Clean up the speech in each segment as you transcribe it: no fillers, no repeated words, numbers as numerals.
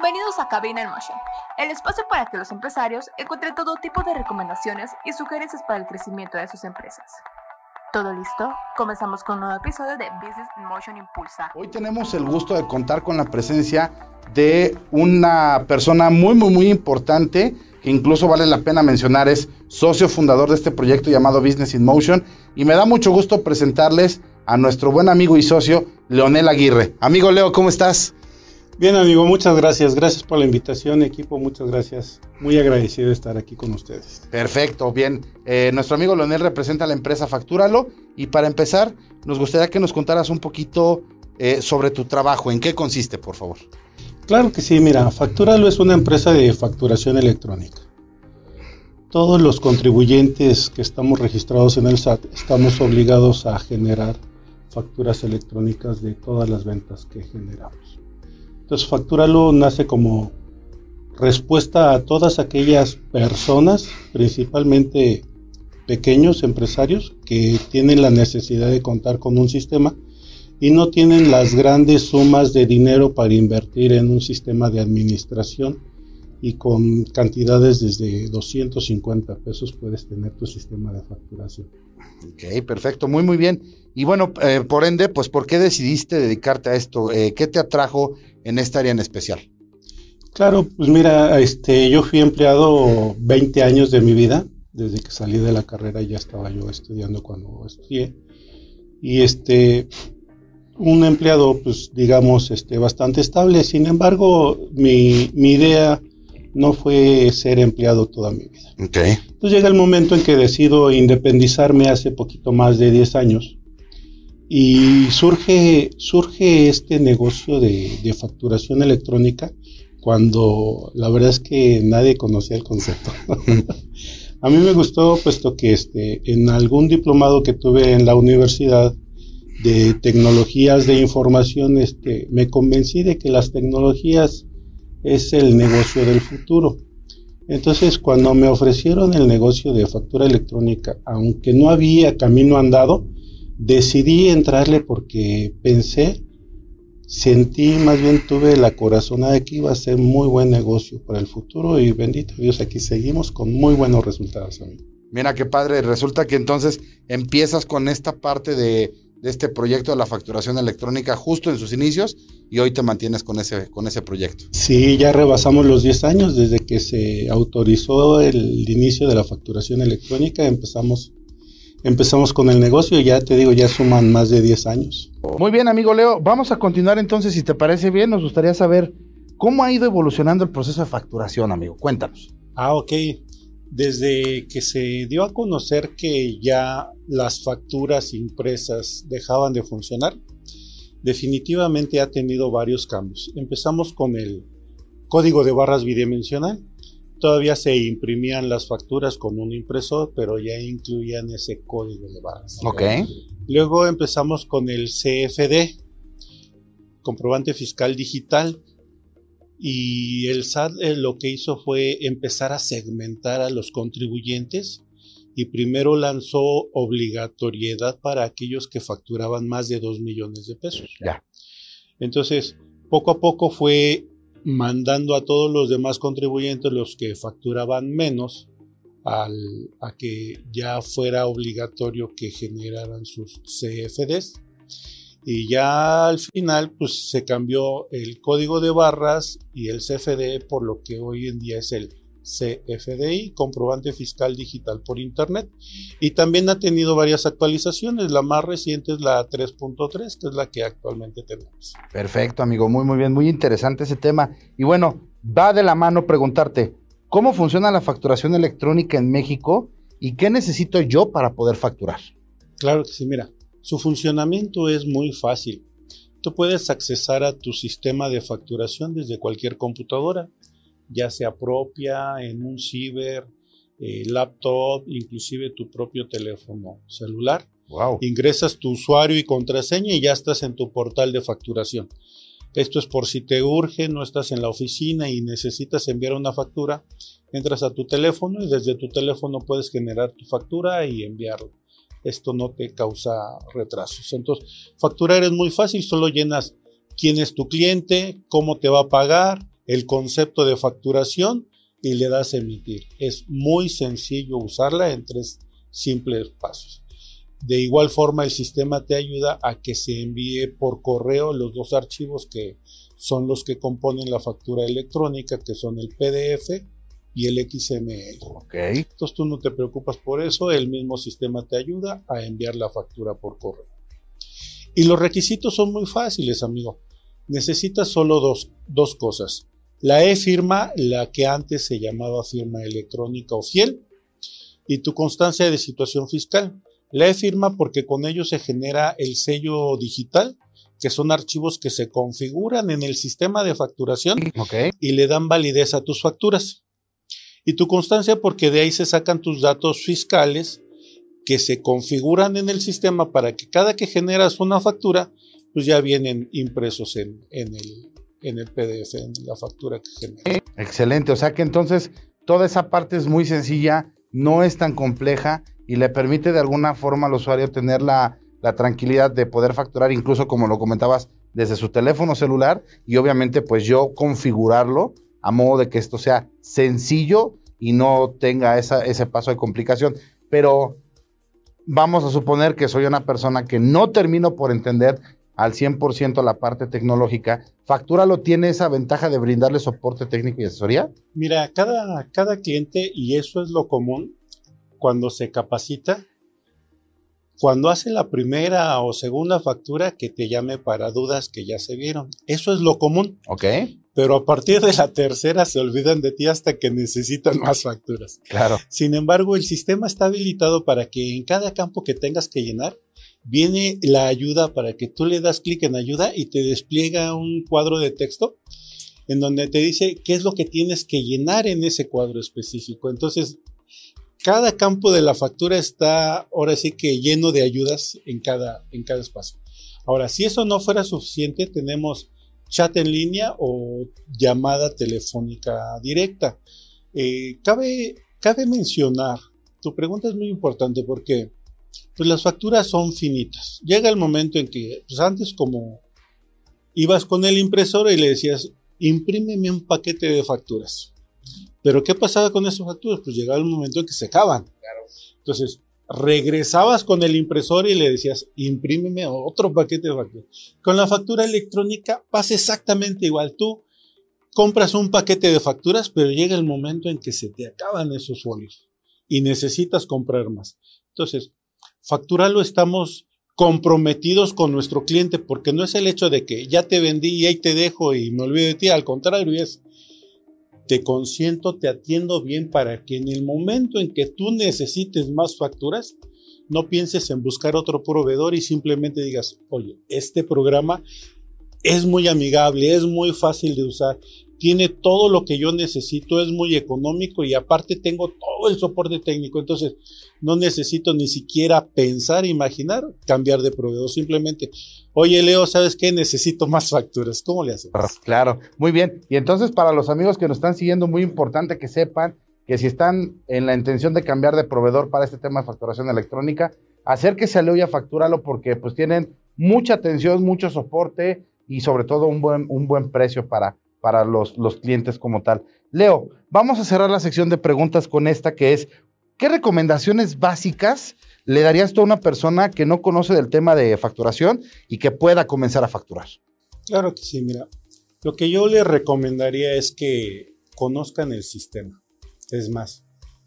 Bienvenidos a Cabina en Motion, el espacio para que los empresarios encuentren todo tipo de recomendaciones y sugerencias para el crecimiento de sus empresas. ¿Todo listo? Comenzamos con un nuevo episodio de Business in Motion Impulsa. Hoy tenemos el gusto de contar con la presencia de una persona muy importante, que incluso vale la pena mencionar, es socio fundador de este proyecto llamado Business in Motion, y me da mucho gusto presentarles a nuestro buen amigo y socio, Leonel Aguirre. Amigo Leo, ¿cómo estás? Bien, amigo, muchas gracias. Gracias por la invitación, equipo, muchas gracias. Muy agradecido de estar aquí con ustedes. Perfecto, bien. Nuestro amigo Leonel representa a la empresa Factúralo, y para empezar, nos gustaría que nos contaras un poquito sobre tu trabajo. ¿En qué consiste, por favor? Claro que sí, mira, Factúralo es una empresa de facturación electrónica. Todos los contribuyentes que estamos registrados en el SAT estamos obligados a generar facturas electrónicas de todas las ventas que generamos. Entonces, Factúralo nace como respuesta a todas aquellas personas, principalmente pequeños empresarios, que tienen la necesidad de contar con un sistema y no tienen las grandes sumas de dinero para invertir en un sistema de administración, y con cantidades desde 250 pesos puedes tener tu sistema de facturación. Ok, perfecto, muy bien. Y bueno, por ende, pues, ¿por qué decidiste dedicarte a esto? ¿Qué te atrajo en esta área en especial? Claro, pues mira, yo fui empleado 20 años de mi vida. Desde que salí de la carrera ya estaba yo estudiando cuando estudié. Y un empleado, pues digamos, bastante estable. Sin embargo, mi idea no fue ser empleado toda mi vida. Okay. Entonces llega el momento en que decido independizarme hace poquito más de 10 años. Y surge este negocio de facturación electrónica cuando la verdad es que nadie conocía el concepto. A mí me gustó, puesto que en algún diplomado que tuve en la universidad de tecnologías de información, me convencí de que las tecnologías es el negocio del futuro. Entonces, cuando me ofrecieron el negocio de factura electrónica, aunque no había camino andado, decidí entrarle porque tuve la corazonada de que iba a ser muy buen negocio para el futuro, y bendito Dios, aquí seguimos con muy buenos resultados, amigo. Mira qué padre, resulta que entonces empiezas con esta parte de este proyecto de la facturación electrónica justo en sus inicios, y hoy te mantienes con ese proyecto. Sí, ya rebasamos los 10 años desde que se autorizó el inicio de la facturación electrónica. Empezamos con el negocio y ya te digo, ya suman más de 10 años. Muy bien, amigo Leo, vamos a continuar entonces, si te parece bien. Nos gustaría saber cómo ha ido evolucionando el proceso de facturación, amigo. Cuéntanos. Ok. Desde que se dio a conocer que ya las facturas impresas dejaban de funcionar, definitivamente ha tenido varios cambios. Empezamos con el código de barras bidimensional. Todavía se imprimían las facturas con un impresor, pero ya incluían ese código de barras. Ok. Luego empezamos con el CFD, comprobante fiscal digital. Y el SAT lo que hizo fue empezar a segmentar a los contribuyentes, y primero lanzó obligatoriedad para aquellos que facturaban más de 2 millones de pesos. Ya. Entonces, poco a poco fue mandando a todos los demás contribuyentes, los que facturaban menos, a que ya fuera obligatorio que generaran sus CFDs. Y ya al final pues se cambió el código de barras y el CFD por lo que hoy en día es el CFDI, comprobante fiscal digital por internet. Y también ha tenido varias actualizaciones. La más reciente es la 3.3, que es la que actualmente tenemos. Perfecto, amigo, muy bien, muy interesante ese tema. Y bueno, va de la mano preguntarte, ¿cómo funciona la facturación electrónica en México y qué necesito yo para poder facturar? Claro que sí, mira. Su funcionamiento es muy fácil. Tú puedes accesar a tu sistema de facturación desde cualquier computadora, ya sea propia, en un ciber, laptop, inclusive tu propio teléfono celular. Wow. Ingresas tu usuario y contraseña y ya estás en tu portal de facturación. Esto es por si te urge, no estás en la oficina y necesitas enviar una factura, entras a tu teléfono y desde tu teléfono puedes generar tu factura y enviarla. Esto no te causa retrasos. Entonces, facturar es muy fácil, solo llenas quién es tu cliente, cómo te va a pagar, el concepto de facturación y le das a emitir. Es muy sencillo usarla en 3 simples pasos. De igual forma, el sistema te ayuda a que se envíe por correo los 2 archivos que son los que componen la factura electrónica, que son el PDF y el XML. Okay. Entonces tú no te preocupas por eso, el mismo sistema te ayuda a enviar la factura por correo. Y los requisitos son muy fáciles, amigo. Necesitas solo dos cosas. La e-firma, la que antes se llamaba firma electrónica o fiel, y tu constancia de situación fiscal. La e-firma porque con ello se genera el sello digital, que son archivos que se configuran en el sistema de facturación y le dan validez a tus facturas. Y tu constancia porque de ahí se sacan tus datos fiscales que se configuran en el sistema para que cada que generas una factura, pues ya vienen impresos en el PDF, en la factura que generas. Excelente, o sea que entonces toda esa parte es muy sencilla, no es tan compleja y le permite de alguna forma al usuario tener la tranquilidad de poder facturar, incluso como lo comentabas, desde su teléfono celular y obviamente pues yo configurarlo a modo de que esto sea sencillo y no tenga ese paso de complicación. Pero vamos a suponer que soy una persona que no termino por entender al 100% la parte tecnológica. ¿Factúralo tiene esa ventaja de brindarle soporte técnico y asesoría? Mira, cada cliente, y eso es lo común, cuando se capacita, cuando hace la primera o segunda factura, que te llame para dudas que ya se vieron. Eso es lo común. Ok. Pero a partir de la tercera se olvidan de ti hasta que necesitan más facturas. Claro. Sin embargo, el sistema está habilitado para que en cada campo que tengas que llenar, viene la ayuda para que tú le das clic en ayuda y te despliega un cuadro de texto en donde te dice qué es lo que tienes que llenar en ese cuadro específico. Entonces, cada campo de la factura está ahora sí que lleno de ayudas en cada espacio. Ahora, si eso no fuera suficiente, tenemos chat en línea o llamada telefónica directa. Cabe mencionar, tu pregunta es muy importante porque pues las facturas son finitas. Llega el momento en que, pues antes como ibas con el impresor y le decías, imprímeme un paquete de facturas. Pero ¿qué pasaba con esas facturas? Pues llegaba el momento en que se acaban. Claro. Entonces, regresabas con el impresor y le decías, imprímeme otro paquete de facturas. Con la factura electrónica pasa exactamente igual. Tú compras un paquete de facturas, pero llega el momento en que se te acaban esos folios y necesitas comprar más. Entonces, facturarlo estamos comprometidos con nuestro cliente porque no es el hecho de que ya te vendí y ahí te dejo y me olvido de ti. Al contrario, es te consiento, te atiendo bien para que en el momento en que tú necesites más facturas, no pienses en buscar otro proveedor y simplemente digas, oye, este programa es muy amigable, es muy fácil de usar, tiene todo lo que yo necesito, es muy económico y aparte tengo todo el soporte técnico, entonces no necesito ni siquiera pensar, imaginar, cambiar de proveedor, simplemente, oye Leo, ¿sabes qué? Necesito más facturas, ¿cómo le hacemos? Claro, muy bien, y entonces para los amigos que nos están siguiendo, muy importante que sepan que si están en la intención de cambiar de proveedor para este tema de facturación electrónica, acérquese a Leo y a Factúralo porque pues tienen mucha atención, mucho soporte y sobre todo un buen precio para los clientes como tal. Leo, vamos a cerrar la sección de preguntas con esta que es, ¿qué recomendaciones básicas le darías tú a una persona que no conoce del tema de facturación y que pueda comenzar a facturar? Claro que sí, mira, lo que yo le recomendaría es que conozcan el sistema. Es más,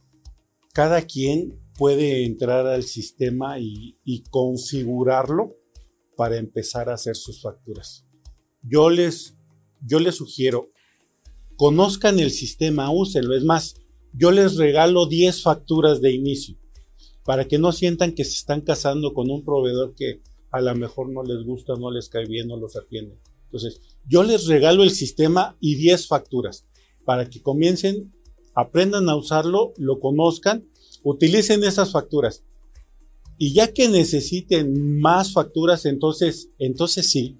cada quien puede entrar al sistema y configurarlo para empezar a hacer sus facturas. Yo les sugiero, conozcan el sistema, úsenlo. Es más, yo les regalo 10 facturas de inicio para que no sientan que se están casando con un proveedor que a lo mejor no les gusta, no les cae bien, no los atiende. Entonces, yo les regalo el sistema y 10 facturas para que comiencen, aprendan a usarlo, lo conozcan, utilicen esas facturas. Y ya que necesiten más facturas, entonces sí,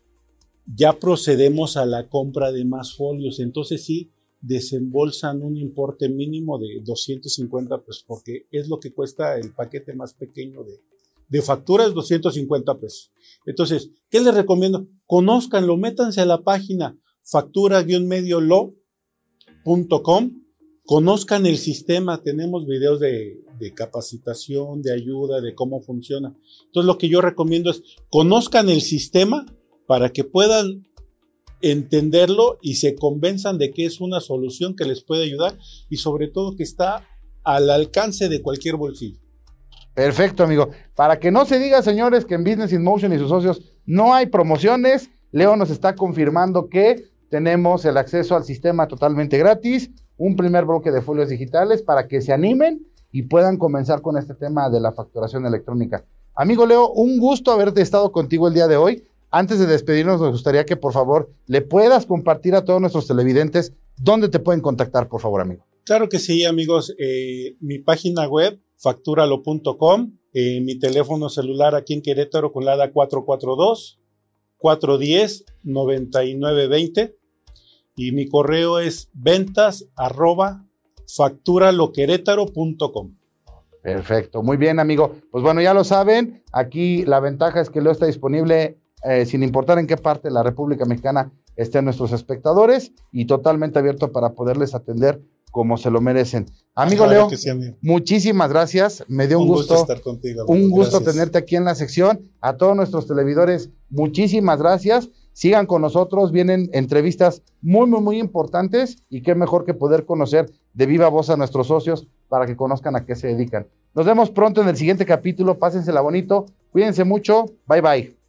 ya procedemos a la compra de más folios. Entonces sí, desembolsan un importe mínimo de 250 pesos, porque es lo que cuesta el paquete más pequeño de facturas, 250 pesos. Entonces, ¿qué les recomiendo? Conózcanlo, métanse a la página, factura-mediolo.com. Conozcan el sistema, tenemos videos de capacitación, de ayuda, de cómo funciona. Entonces lo que yo recomiendo es conozcan el sistema para que puedan entenderlo y se convenzan de que es una solución que les puede ayudar y sobre todo que está al alcance de cualquier bolsillo. Perfecto, amigo. Para que no se diga, señores, que en Business in Motion y sus socios no hay promociones, Leo nos está confirmando que tenemos el acceso al sistema totalmente gratis, un primer bloque de folios digitales para que se animen y puedan comenzar con este tema de la facturación electrónica. Amigo Leo, un gusto haberte estado contigo el día de hoy. Antes de despedirnos, nos gustaría que por favor le puedas compartir a todos nuestros televidentes dónde te pueden contactar, por favor, amigo. Claro que sí, amigos. Mi página web, facturalo.com, mi teléfono celular aquí en Querétaro con la ADA 442-410-9920 y mi correo es ventas@facturaloquerétaro.com. Perfecto, muy bien, amigo. Pues bueno, ya lo saben, aquí la ventaja es que Leo está disponible sin importar en qué parte de la República Mexicana estén nuestros espectadores y totalmente abierto para poderles atender como se lo merecen. Amigo Claro Leo, que sí, amigo. muchísimas gracias. Me dio Un un gusto estar contigo, amigo. un gusto Gracias. tenerte aquí en la sección. A todos nuestros televidores, muchísimas gracias. Sigan con nosotros, vienen entrevistas muy, muy, muy importantes y qué mejor que poder conocer de viva voz a nuestros socios para que conozcan a qué se dedican. Nos vemos pronto en el siguiente capítulo. Pásensela bonito, cuídense mucho. Bye, bye.